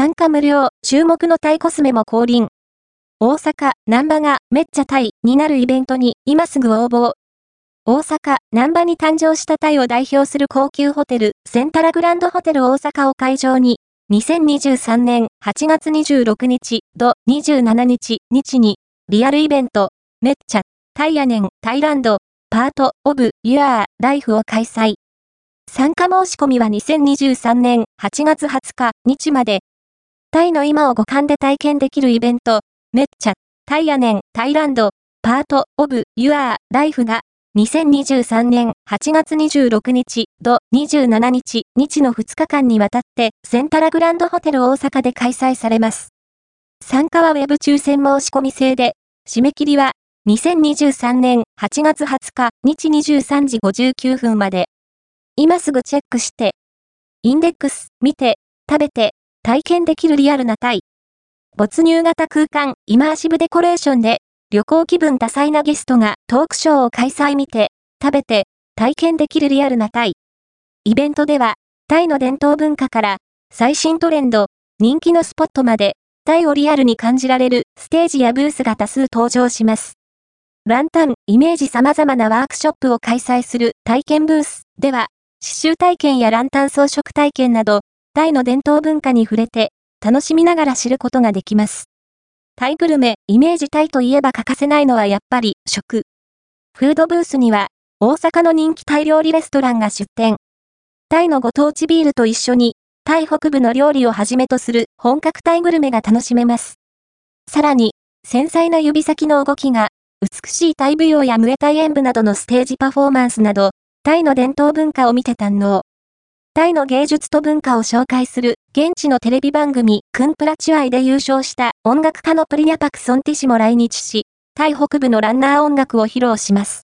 参加無料、注目のタイコスメも降臨。大阪、難波がめっちゃタイになるイベントに今すぐ応募。大阪、難波に誕生したタイを代表する高級ホテル、センタラグランドホテル大阪を会場に、2023年8月26日、27日、に、リアルイベント、めっちゃ、タイヤネン、タイランド、パート、オブ、ユアー、ライフを開催。参加申し込みは2023年8月20日、日まで。タイの今を五感で体験できるイベント、めっちゃ、タイヤネン、タイランド、パート、オブ、ユアー、ライフが、2023年8月26日、27日、の2日間にわたって、センタラグランドホテル大阪で開催されます。参加はウェブ抽選申し込み制で、締め切りは、2023年8月20日、日23時59分まで。今すぐチェックして、インデックス、見て、食べて、体験できるリアルなタイ。没入型空間、イマーシブデコレーションで、旅行気分多彩なゲストがトークショーを開催見て、食べて、体験できるリアルなタイ。イベントでは、タイの伝統文化から、最新トレンド、人気のスポットまで、タイをリアルに感じられるステージやブースが多数登場します。ランタン、イメージ様々なワークショップを開催する体験ブースでは、刺繍体験やランタン装飾体験など、タイの伝統文化に触れて、楽しみながら知ることができます。タイグルメ、イメージタイといえば欠かせないのはやっぱり食。フードブースには、大阪の人気タイ料理レストランが出店。タイのご当地ビールと一緒に、タイ北部の料理をはじめとする本格タイグルメが楽しめます。さらに、繊細な指先の動きが、美しいタイ舞踊やムエタイ演舞などのステージパフォーマンスなど、タイの伝統文化を見て堪能。タイの芸術と文化を紹介する現地のテレビ番組クンプラチュアイで優勝した音楽家のプリヤパクソンティシも来日し、タイ北部のランナー音楽を披露します。